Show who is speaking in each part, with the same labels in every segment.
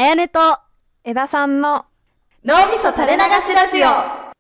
Speaker 1: やねと
Speaker 2: 枝さんの
Speaker 1: 脳みそ垂れ流しラジオ。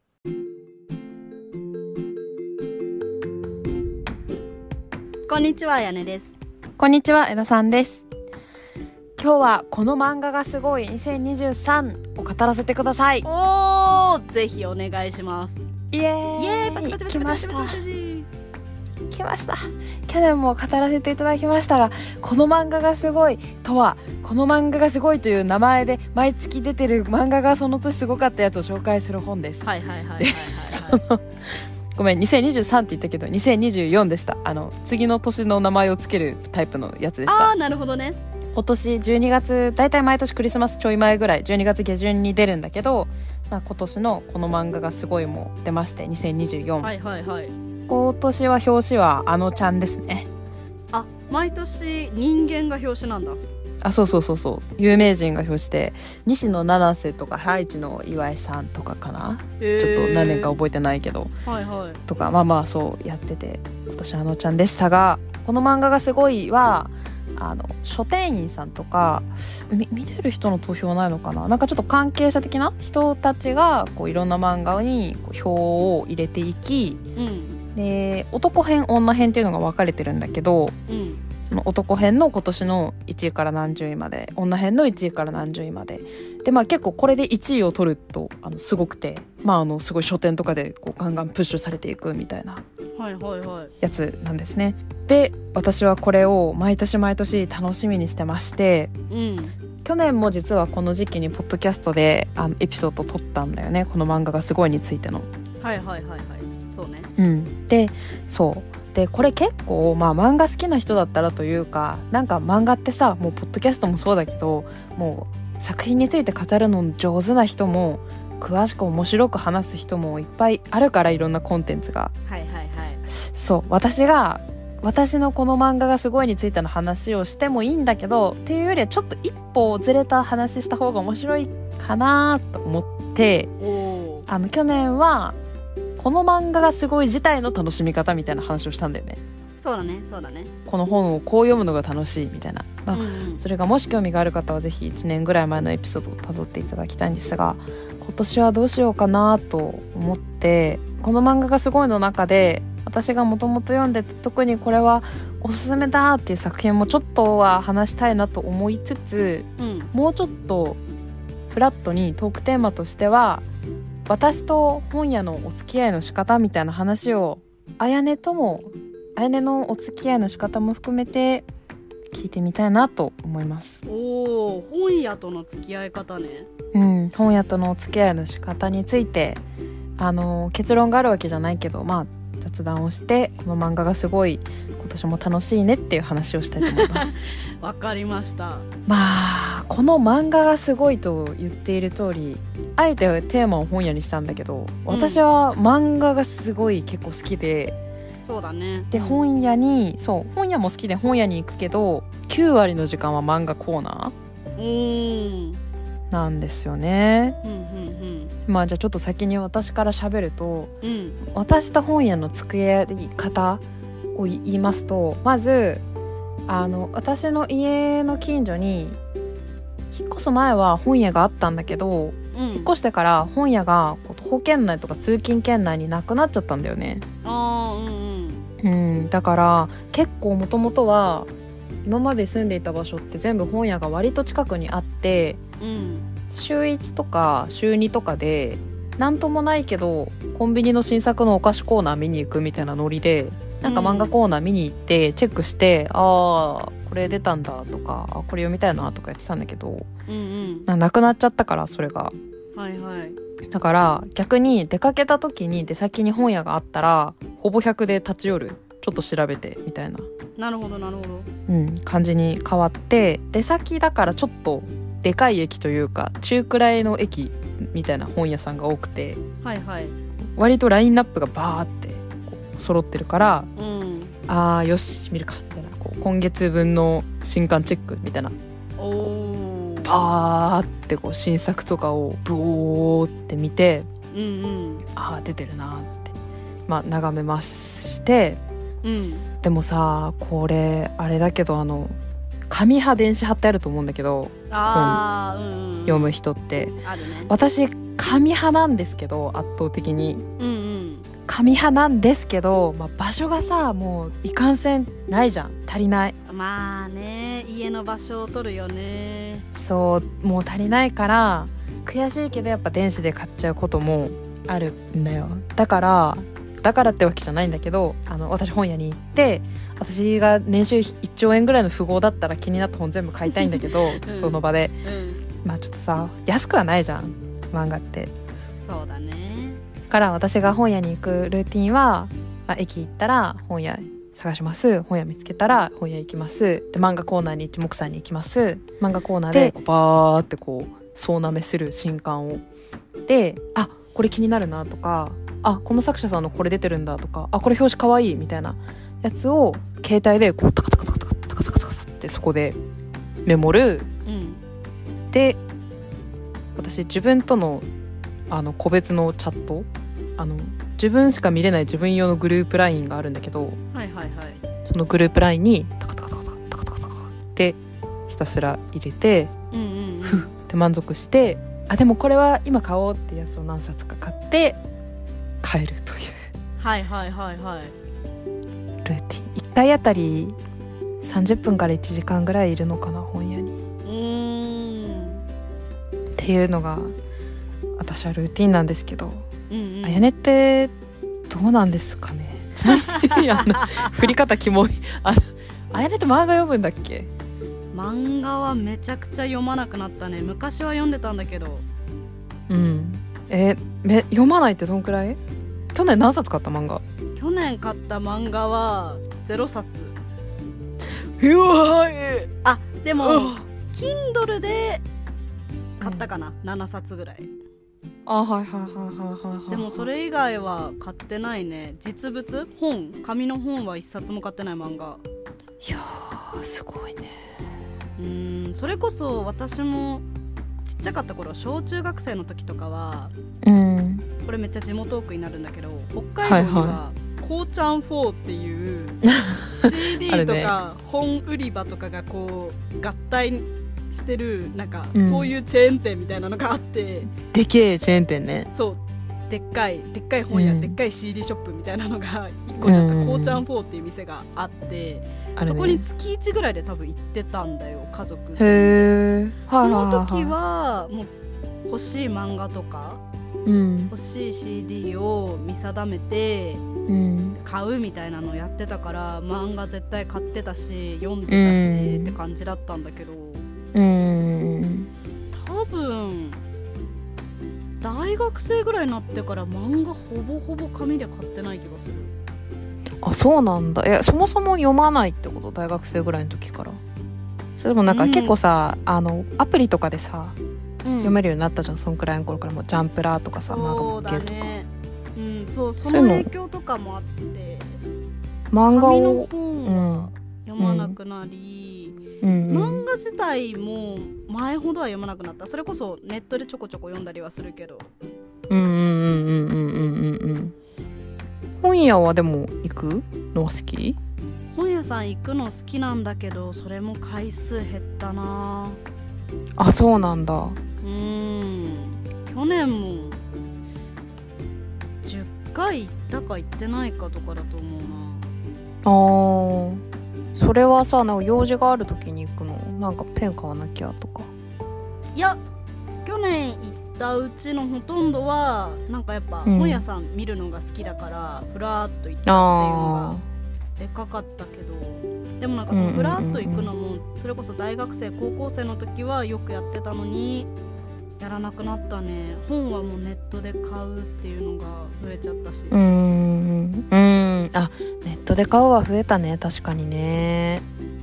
Speaker 1: こんにちは、あやねです。
Speaker 2: こんにちは、枝さんです。今日はこの漫画がすごい2023を語らせてください。
Speaker 1: おー、ぜひお願いします。
Speaker 2: イエーイ、
Speaker 1: イエーイ、パチパチパチパチパチパチパチ。
Speaker 2: 来ました。去年も語らせていただきましたが、この漫画がすごいとは、この漫画がすごいという名前で毎月出てる漫画がその年すごかったやつを紹介する本です。
Speaker 1: はいはいはいはいはい、
Speaker 2: ごめん、2023って言ったけど2024でした。次の年の名前をつけるタイプのやつでした。
Speaker 1: あー、なるほどね。
Speaker 2: 今年12月、だいたい毎年クリスマスちょい前ぐらい、12月下旬に出るんだけど、今年のこの漫画がすごいも出まして、2024。
Speaker 1: はいはいはい。
Speaker 2: 今年は表紙はあのちゃんですね。
Speaker 1: あ、毎年人間が表紙なんだ。
Speaker 2: あ、そう有名人が表紙で、西野七瀬とかハライチの岩井さんとかかな、ちょっと何年か覚えてないけど、
Speaker 1: はいはい、
Speaker 2: とかそうやってて、今年あのちゃんでしたが、この漫画がすごいは書店員さんとか見てる人の投票ないのかな、なんかちょっと関係者的な人たちがこういろんな漫画にこう票を入れていき、で男編女編っていうのが分かれてるんだけど、その男編の今年の1位から何十位まで、女編の1位から何十位までで、結構これで1位を取るとすごくて、すごい書店とかでこうガンガンプッシュされていくみたいなやつなんですね。で、私はこれを毎年毎年楽しみにしてまして、去年も実はこの時期にポッドキャストでエピソードを撮ったんだよね、この漫画がすごいについての。
Speaker 1: そうね。
Speaker 2: でこれ結構漫画好きな人だったらというか、なんか漫画ってさ、もうポッドキャストもそうだけど、もう作品について語るの上手な人も詳しく面白く話す人もいっぱいあるから、いろんなコンテンツが。そう、私のこの漫画がすごいについての話をしてもいいんだけど、っていうよりはちょっと一歩ずれた話した方が面白いかなと思って、去年はこの漫画がすごい自体の楽しみ方みたいな話をしたんだよね。
Speaker 1: そうだね。
Speaker 2: この本をこう読むのが楽しいみたいな、それがもし興味がある方はぜひ1年ぐらい前のエピソードを辿っていただきたいんですが、今年はどうしようかなと思って、この漫画がすごいの中で私がもともと読んでて、特にこれはおすすめだっていう作品もちょっとは話したいなと思いつつ、もうちょっとフラットにトークテーマとしては、私と本屋のお付き合いの仕方みたいな話をあやねのお付き合いの仕方も含めて聞いてみたいなと思います。
Speaker 1: 本屋との付き合い方ね。
Speaker 2: 本屋とのお付き合いの仕方について結論があるわけじゃないけど、雑談をして、この漫画がすごい今年も楽しいねっていう話をしたいと思います。
Speaker 1: わかりました。
Speaker 2: この漫画がすごいと言っている通り、あえてテーマを本屋にしたんだけど、私は漫画がすごい結構好きで、
Speaker 1: そうだね。
Speaker 2: で、本屋も好きで本屋に行くけど、9割の時間は漫画コーナーなんですよね。じゃあちょっと先に私から喋ると、私と本屋の付き合い方を言いますと、まず私の家の近所に引っ越す前は本屋があったんだけど、引っ越してから本屋が徒歩圏内とか通勤圏内になくなっちゃったんだよね。だから結構もともとは今まで住んでいた場所って全部本屋が割と近くにあって、週1とか週2とかでなんともないけどコンビニの新作のお菓子コーナー見に行くみたいなノリで、なんか漫画コーナー見に行ってチェックして、これ出たんだとか、これ読みたいなとかやってたんだけど、なくなっちゃったから、それが。だから逆に出かけた時に出先に本屋があったらほぼ100で立ち寄る、ちょっと調べてみたいな、
Speaker 1: なるほど、
Speaker 2: 感じに変わって、出先だからちょっとでかい駅というか中くらいの駅みたいな本屋さんが多くて、割とラインナップがバーってこう揃ってるから、よし見るかみたいな、今月分の新刊チェックみたいな、バーって新作とかをブオーって見て、出てるなって眺めまして、でもさ、これあれだけど紙派電子派ってあると思うんだけど、 読む人って、
Speaker 1: あるね。
Speaker 2: 私紙派なんですけど、圧倒的に紙派なんですけど、場所がさもういかんせんないじゃん、足りない。
Speaker 1: まあね、家の場所を取るよね。
Speaker 2: そうもう足りないから悔しいけど、やっぱ電子で買っちゃうこともあるんだよ。だからってわけじゃないんだけど、私本屋に行って、私が年収1兆円ぐらいの富豪だったら気になった本全部買いたいんだけど、その場で、ちょっとさ安くはないじゃん漫画って。
Speaker 1: そうだね。
Speaker 2: だから私が本屋に行くルーティンは、駅行ったら本屋探します、本屋見つけたら本屋行きます、で漫画コーナーに一目散に行きます、漫画コーナーでバーってこう総なめする新刊を、でこれ気になるなとか、この作者さんのこれ出てるんだとか、これ表紙かわいいみたいなやつを携帯でこうタカタカタカタカタカタカタカってそこでメモる、で私自分との個別のチャット、自分しか見れない自分用のグループ LINE があるんだけど、そのグループ LINE にタカタカタカタカタカタカタってひたすら入れて、ふっって満足して、でもこれは今買おうってやつを何冊か買って帰るというルーティン。1回あたり30分から1時間ぐらいいるのかな、本屋に。っていうのが私はルーティンなんですけど、あやねってどうなんですかね。ちなみに振り方キモい。あやねって漫画読むんだっけ？
Speaker 1: 漫画はめちゃくちゃ読まなくなったね。昔は読んでたんだけど。
Speaker 2: 読まないってどんくらい？去年何冊買った漫画？
Speaker 1: 去年買った漫画は0冊。
Speaker 2: うわ
Speaker 1: でも Kindle で買ったかな、7冊ぐらい。でもそれ以外は買ってないね。実物本、紙の本は1冊も買ってない漫画。
Speaker 2: いやーすごいね。
Speaker 1: それこそ私もちっちゃかった頃、小中学生の時とかは、これめっちゃ地元トークになるんだけど、北海道にはこうちゃん4っていう CD とか本売り場とかがこう合体してる、なんかそういうチェーン店みたいなのがあって、
Speaker 2: でけえチェーン店ね。
Speaker 1: そうでっかい本屋、でっかい CD ショップみたいなのが1個にあったこうちゃん4っていう店があって、そこに月1ぐらいで多分行ってたんだよ、家族で。
Speaker 2: へー。
Speaker 1: その時はもう欲しい漫画とか、欲しい CD を見定めて買うみたいなのをやってたから、漫画絶対買ってたし読んでたしって感じだったんだけど、多分大学生ぐらいになってから漫画ほぼほぼ紙で買ってない気がする。
Speaker 2: そうなんだ。そもそも読まないってこと？大学生ぐらいの時から。それもなんか結構さ、アプリとかでさ、読めるようになったじゃん、そんくらいの頃から。もうジャンプラーとかさ、漫画もゲーとか、
Speaker 1: その影響とかもあって
Speaker 2: 漫画を
Speaker 1: 紙の本は読まなくなり、漫画自体も前ほどは読まなくなった。それこそネットでちょこちょこ読んだりはするけど。
Speaker 2: 本屋はでも行くのは好き？
Speaker 1: 本屋さん行くの好きなんだけど、それも回数減ったな。
Speaker 2: そうなんだ。
Speaker 1: 去年も10回行ったか行ってないかとかだと思うな。
Speaker 2: それはさ、なんか用事がある時に行くの？なんかペン買わなきゃとか。
Speaker 1: いや、去年行ったうちのほとんどはなんかやっぱ本屋さん見るのが好きだからふらっと行ったっていうのがでかかったけど、でもなんかそのふらっと行くのもそれこそ大学生高校生の時はよくやってたのにやらなくなったね。本はもうネットで買うっていうのが増えちゃったし。
Speaker 2: ネットで買うは増えたね、確かにね。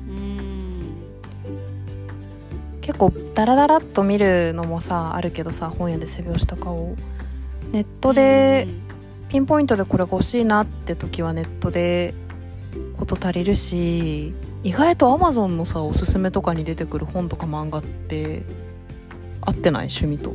Speaker 2: 結構ダラダラっと見るのもさあるけどさ、本屋で背表紙とかをネットでピンポイントでこれが欲しいなって時はネットでこと足りるし、意外と Amazon のさおすすめとかに出てくる本とか漫画って合ってない？趣味と。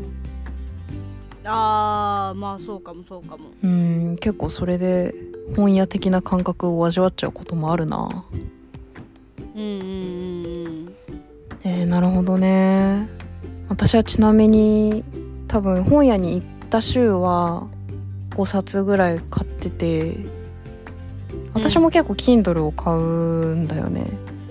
Speaker 1: まあそうかも。
Speaker 2: 結構それで本屋的な感覚を味わっちゃうこともあるな。なるほどね。 私はちなみに多分本屋に行った週は5冊ぐらい買ってて、私も結構 Kindle を買うんだよね。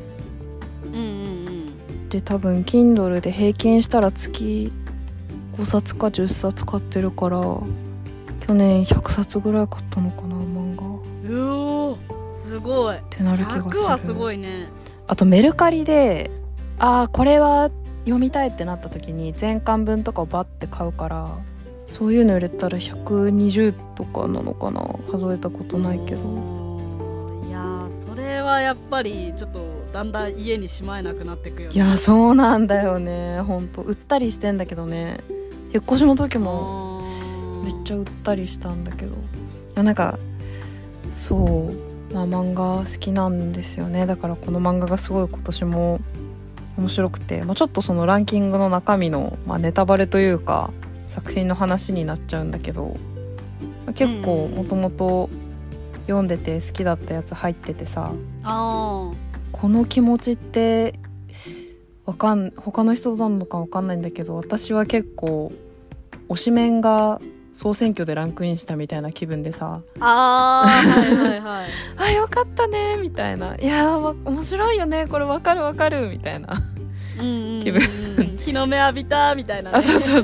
Speaker 2: で多分 Kindle で平均したら月5冊か10冊買ってるから、去年100冊ぐらい買ったのかな、漫画。
Speaker 1: うおすごい
Speaker 2: ってなる気がする。
Speaker 1: 100はすごいね。
Speaker 2: あとメルカリでこれは読みたいってなった時に全巻分とかをバッて買うから、そういうの入れたら120とかなのかな、数えたことないけど。
Speaker 1: いやそれはやっぱりちょっとだんだん家にしまえなくなってくよね。
Speaker 2: いやそうなんだよね。ほんと売ったりしてんだけどね。引っ越しの時もめっちゃ売ったりしたんだけど、いやなんかそう、漫画好きなんですよね。だからこの漫画がすごい今年も面白くて、ちょっとそのランキングの中身の、ネタバレというか作品の話になっちゃうんだけど、結構もともと読んでて好きだったやつ入っててさ、この気持ちって他の人なのか分かんないんだけど、私は結構推しメンが総選挙でランクインしたみたいな気分でさ、
Speaker 1: はいはいはい
Speaker 2: よかったねみたいな、いや面白いよねこれ分かる分かるみたいな気分
Speaker 1: 日の目浴びたみたいな、ね、
Speaker 2: そう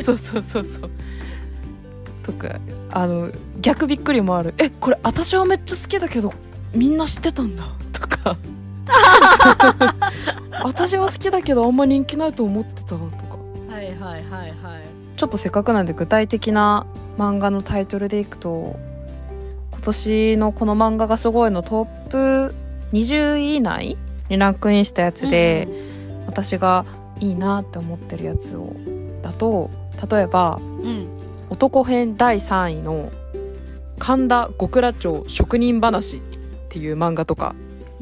Speaker 2: とか逆びっくりもある。これ私はめっちゃ好きだけどみんな知ってたんだとか私は好きだけどあんま人気ないと思ってたとか、
Speaker 1: はいはいはいはい。
Speaker 2: ちょっとせっかくなんで具体的な漫画のタイトルでいくと、今年のこの漫画がすごいのトップ20位以内にランクインしたやつで、私がいいなって思ってるやつだと、例えば、男編第3位の神田極楽町職人話っていう漫画とか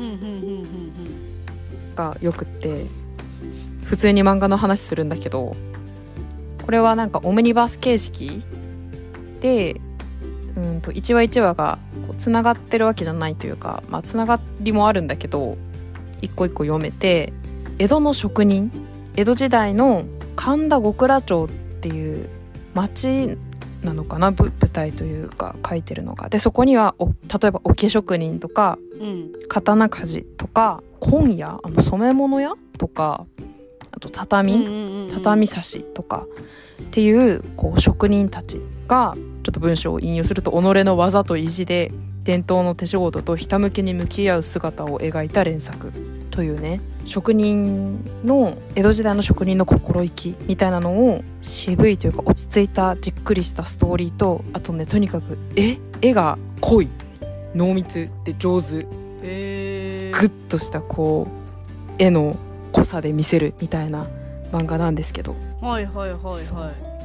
Speaker 2: がよくって、普通に漫画の話するんだけど、これはなんかオムニバス形式で1話1話がつながってるわけじゃないというか、つながりもあるんだけど一個一個読めて、江戸の職人、江戸時代の神田極楽町っていう町なのかな、舞台というか書いてるのが。でそこには例えば桶職人とか、刀鍛冶とか紺屋、染め物屋とか、あと畳差しとかっていう職人たちが、ちょっと文章を引用すると、己の技と意地で伝統の手仕事とひたむきに向き合う姿を描いた連作というね、職人の江戸時代の職人の心意気みたいなのを渋いというか落ち着いたじっくりしたストーリーと、あとねとにかく絵が濃い、濃密で上手、グッとした絵の濃さで見せるみたいな漫画なんですけど、
Speaker 1: はいはいはいはい、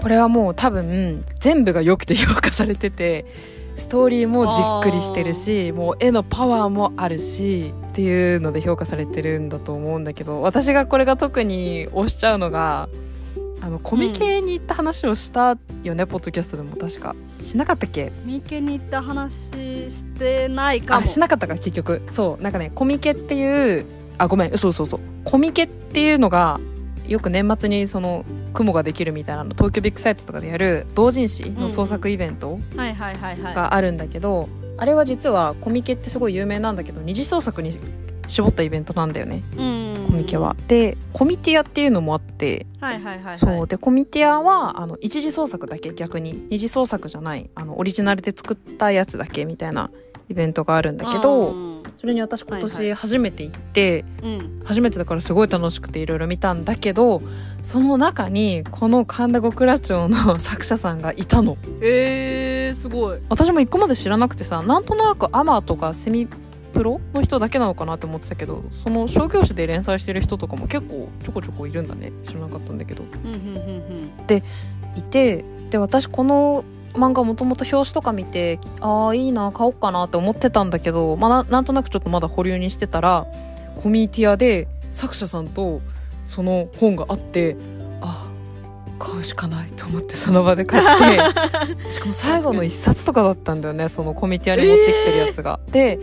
Speaker 2: これはもう多分全部が良くて評価されてて、ストーリーもじっくりしてるし、もう絵のパワーもあるしっていうので評価されてるんだと思うんだけど、私がこれが特に推しちゃうのが、コミケに行った話をしたよね、ポッドキャストでも確かしなかったっけ。
Speaker 1: コミケに行った話してないかも。
Speaker 2: しなかったか結局。そうなんかね、コミケっていうごめん、そうコミケっていうのがよく年末にその雲ができるみたいなの、東京ビッグサイトとかでやる同人誌の創作イベントがあるんだけど、あれは実はコミケってすごい有名なんだけど、二次創作に絞ったイベントなんだよね、コミケは。でコミティアっていうのもあって、そうでコミティアは一次創作だけ、逆に二次創作じゃない、オリジナルで作ったやつだけみたいなイベントがあるんだけど、それに私今年初めて行って、初めてだからすごい楽しくていろいろ見たんだけど、その中にこの神田極楽町の作者さんがいたの。
Speaker 1: すごい。
Speaker 2: 私も一個まで知らなくてさ、なんとなくアマとかセミプロの人だけなのかなって思ってたけど、その商業誌で連載してる人とかも結構ちょこちょこいるんだね。知らなかったんだけど、でいて、で私この漫画もともと表紙とか見て、いいな買おうかなって思ってたんだけど、なんとなくちょっとまだ保留にしてたら、コミティアで作者さんとその本があって、買うしかないと思ってその場で買ってしかも最後の一冊とかだったんだよね、そのコミティアに持ってきてるやつが。で、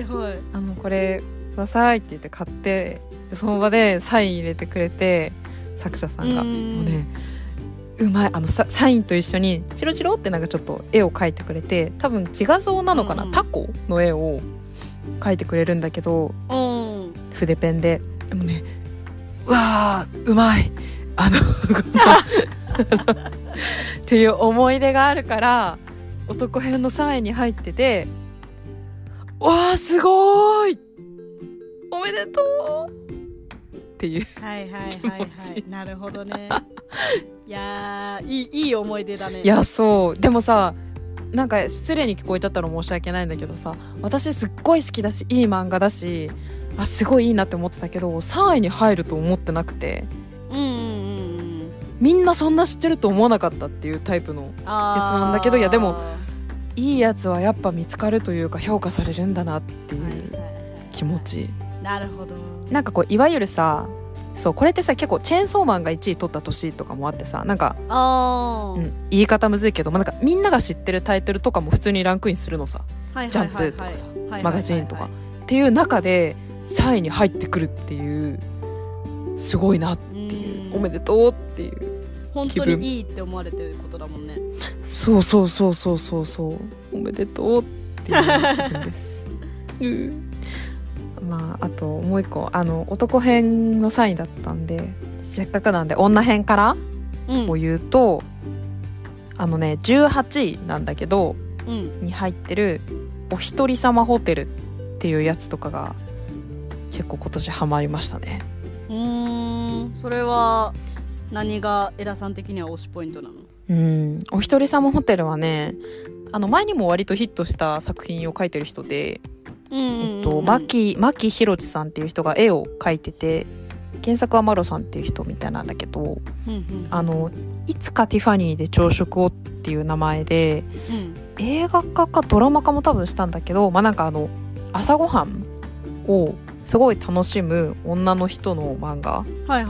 Speaker 2: これくださいって言って買って、でその場でサイン入れてくれて、 作者さんが。も
Speaker 1: う
Speaker 2: うねうまい。サインと一緒にチロチロってなんかちょっと絵を描いてくれて、多分自画像なのかな、タコの絵を描いてくれるんだけど、筆ペンで。でもね、うわーうまいっていう思い出があるから男編の3位に入ってて、わーすごーいおめでとうっていう気持ち。
Speaker 1: なるほどね。いやいい思い出だね。
Speaker 2: いやそうでもさ、なんか失礼に聞こえちゃったら申し訳ないんだけどさ、私すっごい好きだしいい漫画だし、すごいいいなって思ってたけど3位に入ると思ってなくて、みんなそんな知ってると思わなかったっていうタイプのやつなんだけど、いやでもいいやつはやっぱ見つかるというか評価されるんだなっていう気持ち。
Speaker 1: なるほど。
Speaker 2: なんかこういわゆるさ、そうこれってさ結構チェーンソーマンが1位取った年とかもあってさ、なんか言い方むずいけど、なんかみんなが知ってるタイトルとかも普通にランクインするのさ、ジャンプとかさマガジンとかっていう中で3位に入ってくるっていうすごいなっていう、おめでとうっていう
Speaker 1: 本当にいいって思われてることだもんね。
Speaker 2: そうおめでとうっていう気分ですまあ、あともう一個男編の3位だったんで、せっかくなんで女編からを言うと、18位なんだけど、に入ってるお一人様ホテルっていうやつとかが結構今年ハマりましたね。
Speaker 1: それは何がエラさん的には推しポイントなの？
Speaker 2: お一人様ホテルはね、前にも割とヒットした作品を描いてる人で、牧ひろちさんっていう人が絵を描いてて、原作はマロさんっていう人みたいなんだけど、いつかティファニーで朝食をっていう名前で、映画化かドラマ化も多分したんだけど、なんか朝ごはんをすごい楽しむ女の人の漫画。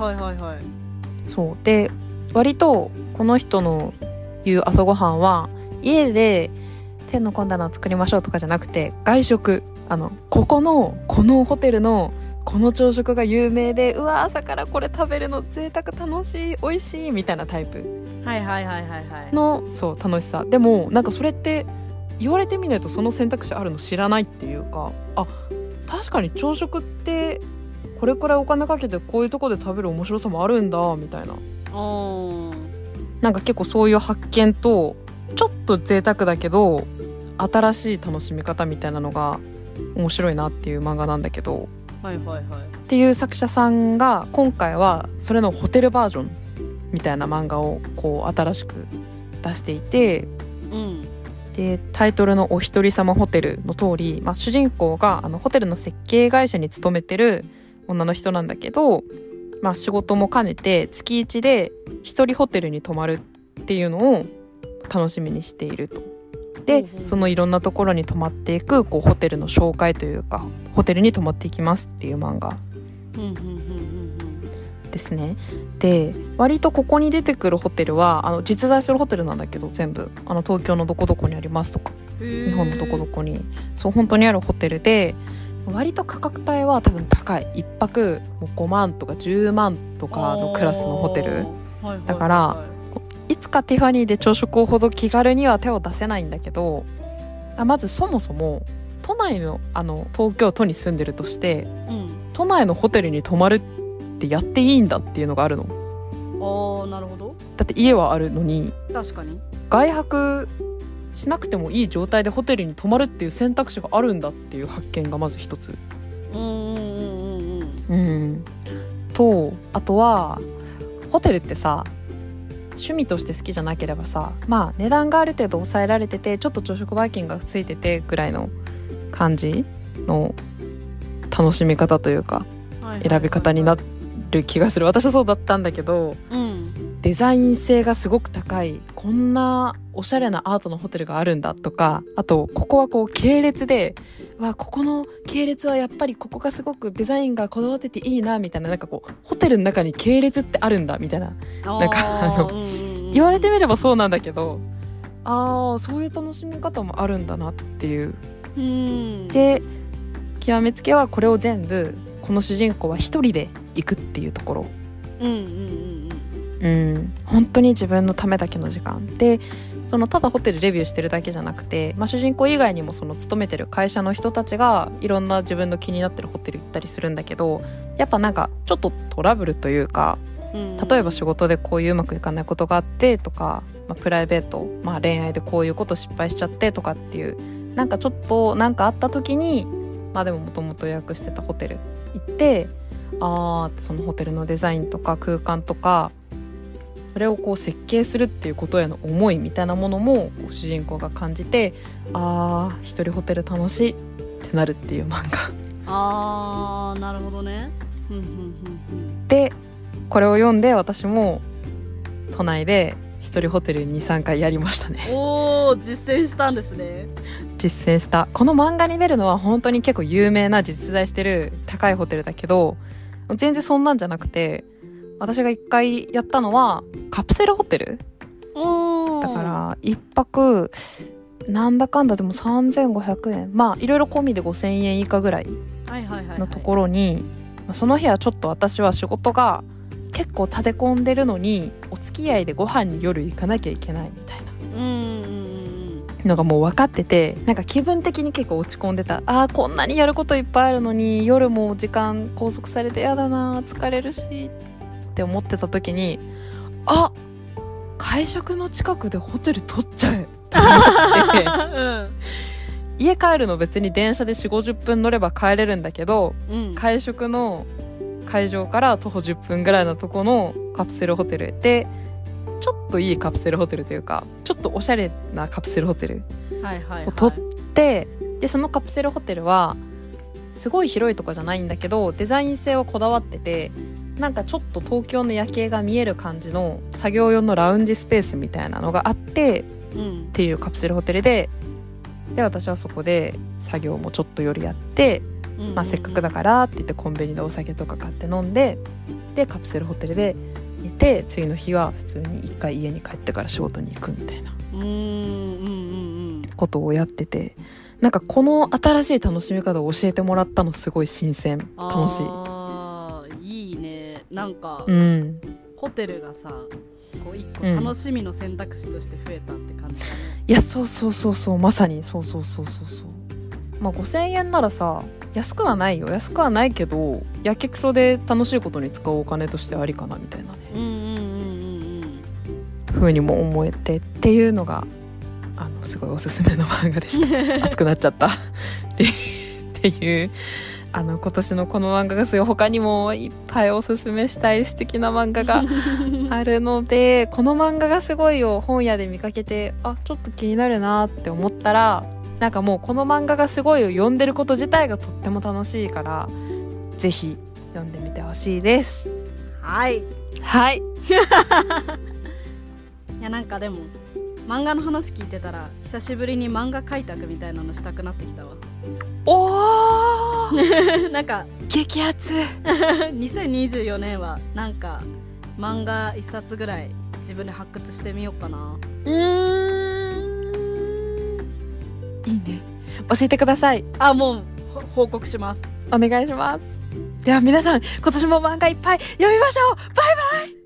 Speaker 2: そうで、割とこの人の言う朝ごはんは家で天の込んだのを作りましょうとかじゃなくて、外食、このホテルのこの朝食が有名で、うわ朝からこれ食べるの贅沢楽しい美味しいみたいなタイプのそう楽しさ。でもなんかそれって言われてみないとその選択肢あるの知らないっていうか、確かに朝食ってこれくらいお金かけてこういうとこで食べる面白さもあるんだみたいな、なんか結構そういう発見と、ちょっと贅沢だけど新しい楽しみ方みたいなのが面白いなっていう漫画なんだけど、っていう作者さんが今回はそれのホテルバージョンみたいな漫画をこう新しく出していて、でタイトルのお一人様ホテルの通り、主人公がホテルの設計会社に勤めてる女の人なんだけど、仕事も兼ねて月1で一人ホテルに泊まるっていうのを楽しみにしていると。でそのいろんなところに泊まっていくホテルの紹介というか、ホテルに泊まっていきますっていう漫画ですね。で割とここに出てくるホテルは実在するホテルなんだけど、全部東京のどこどこにありますとか、日本のどこどこにそう本当にあるホテルで、割と価格帯は多分高い。1泊もう5万とか10万とかのクラスのホテルだから、いつかティファニーで朝食をほど気軽には手を出せないんだけど、まずそもそも都内の東京都に住んでるとして、都内のホテルに泊まるってやっていいんだっていうのがあるの。
Speaker 1: なるほど。
Speaker 2: だって家はあるのに、
Speaker 1: 確かに
Speaker 2: 外泊しなくてもいい状態でホテルに泊まるっていう選択肢があるんだっていう発見がまず一つ。とあとはホテルってさ、趣味として好きじゃなければさ、値段がある程度抑えられてて、ちょっと朝食バイキングがついててぐらいの感じの楽しみ方というか、選び方になる気がする。私はそうだったんだけど、デザイン性がすごく高い、こんなおしゃれなアートのホテルがあるんだとか、あとここは系列で、ここの系列はやっぱりここがすごくデザインがこだわってていいなみたいな、なんかホテルの中に系列ってあるんだみたいな、なんか言われてみればそうなんだけど、そういう楽しみ方もあるんだなっていう。で極めつけはこれを全部この主人公は一人で行くっていうところ
Speaker 1: うんうんうん
Speaker 2: 本当に自分のためだけの時間で、そのただホテルレビューしてるだけじゃなくて、主人公以外にもその勤めてる会社の人たちがいろんな自分の気になってるホテル行ったりするんだけど、やっぱなんかちょっとトラブルというか、例えば仕事でこういううまくいかないことがあってとか、プライベート、恋愛でこういうこと失敗しちゃってとかっていう、なんかちょっとなんかあった時に、でももともと予約してたホテル行って、そのホテルのデザインとか空間とかそれをこう設計するっていうことへの思いみたいなものもこう主人公が感じて、一人ホテル楽しいってなるっていう漫画。
Speaker 1: なるほどね。
Speaker 2: でこれを読んで私も都内で一人ホテルに 2,3 回やりましたね。
Speaker 1: 実践したんですね。
Speaker 2: 実践した。この漫画に出るのは本当に結構有名な実在してる高いホテルだけど、全然そんなんじゃなくて、私が1回やったのはカプセルホテルだから1泊なんだかんだでも3500円、いろいろ込みで5000円以下ぐらいのところに、その日はちょっと私は仕事が結構立て込んでるのにお付き合いでご飯に夜行かなきゃいけないみたいなのがもう分かってて、なんか気分的に結構落ち込んでた。こんなにやることいっぱいあるのに夜も時間拘束されてやだな、疲れるしって思ってた時に、会食の近くでホテル取っちゃえと思って、家帰るの別に電車で 4,50 分乗れば帰れるんだけど、会食の会場から徒歩10分ぐらいのとこのカプセルホテルで、ちょっといいカプセルホテルというかちょっとおしゃれなカプセルホテルを取って、でそのカプセルホテルはすごい広いとかじゃないんだけどデザイン性をこだわってて、なんかちょっと東京の夜景が見える感じの作業用のラウンジスペースみたいなのがあって、っていうカプセルホテルで私はそこで作業もちょっと夜やって、せっかくだからって言ってコンビニでお酒とか買って飲んで、でカプセルホテルで寝て、次の日は普通に一回家に帰ってから仕事に行くみたいなことをやってて、なんかこの新しい楽しみ方を教えてもらったのすごい新鮮、楽しい。
Speaker 1: いいね。なんか、ホテルがさこう一個楽しみの選択肢として増えたって感じだね。
Speaker 2: いやそうまさにそう5000円ならさ安くはないよ、安くはないけどやけくそで楽しいことに使うお金としてありかなみたいなね、風にも思えてっていうのがすごいおすすめの漫画でした熱くなっちゃったっていう今年のこの漫画がすごい他にもいっぱいおすすめしたい素敵な漫画があるのでこの漫画がすごいを本屋で見かけてちょっと気になるなって思ったら、なんかもうこの漫画がすごいを読んでること自体がとっても楽しいからぜひ読んでみてほしいです。
Speaker 1: はい
Speaker 2: い
Speaker 1: やなんかでも漫画の話聞いてたら久しぶりに漫画開拓みたいなのしたくなってきたわ。なんか
Speaker 2: 激アツ
Speaker 1: 2024年はなんか漫画一冊ぐらい自分で発掘してみようかな。
Speaker 2: いいね、教えてください。
Speaker 1: もう報告します。
Speaker 2: お願いします。では皆さん今年も漫画いっぱい読みましょう。バイバイ。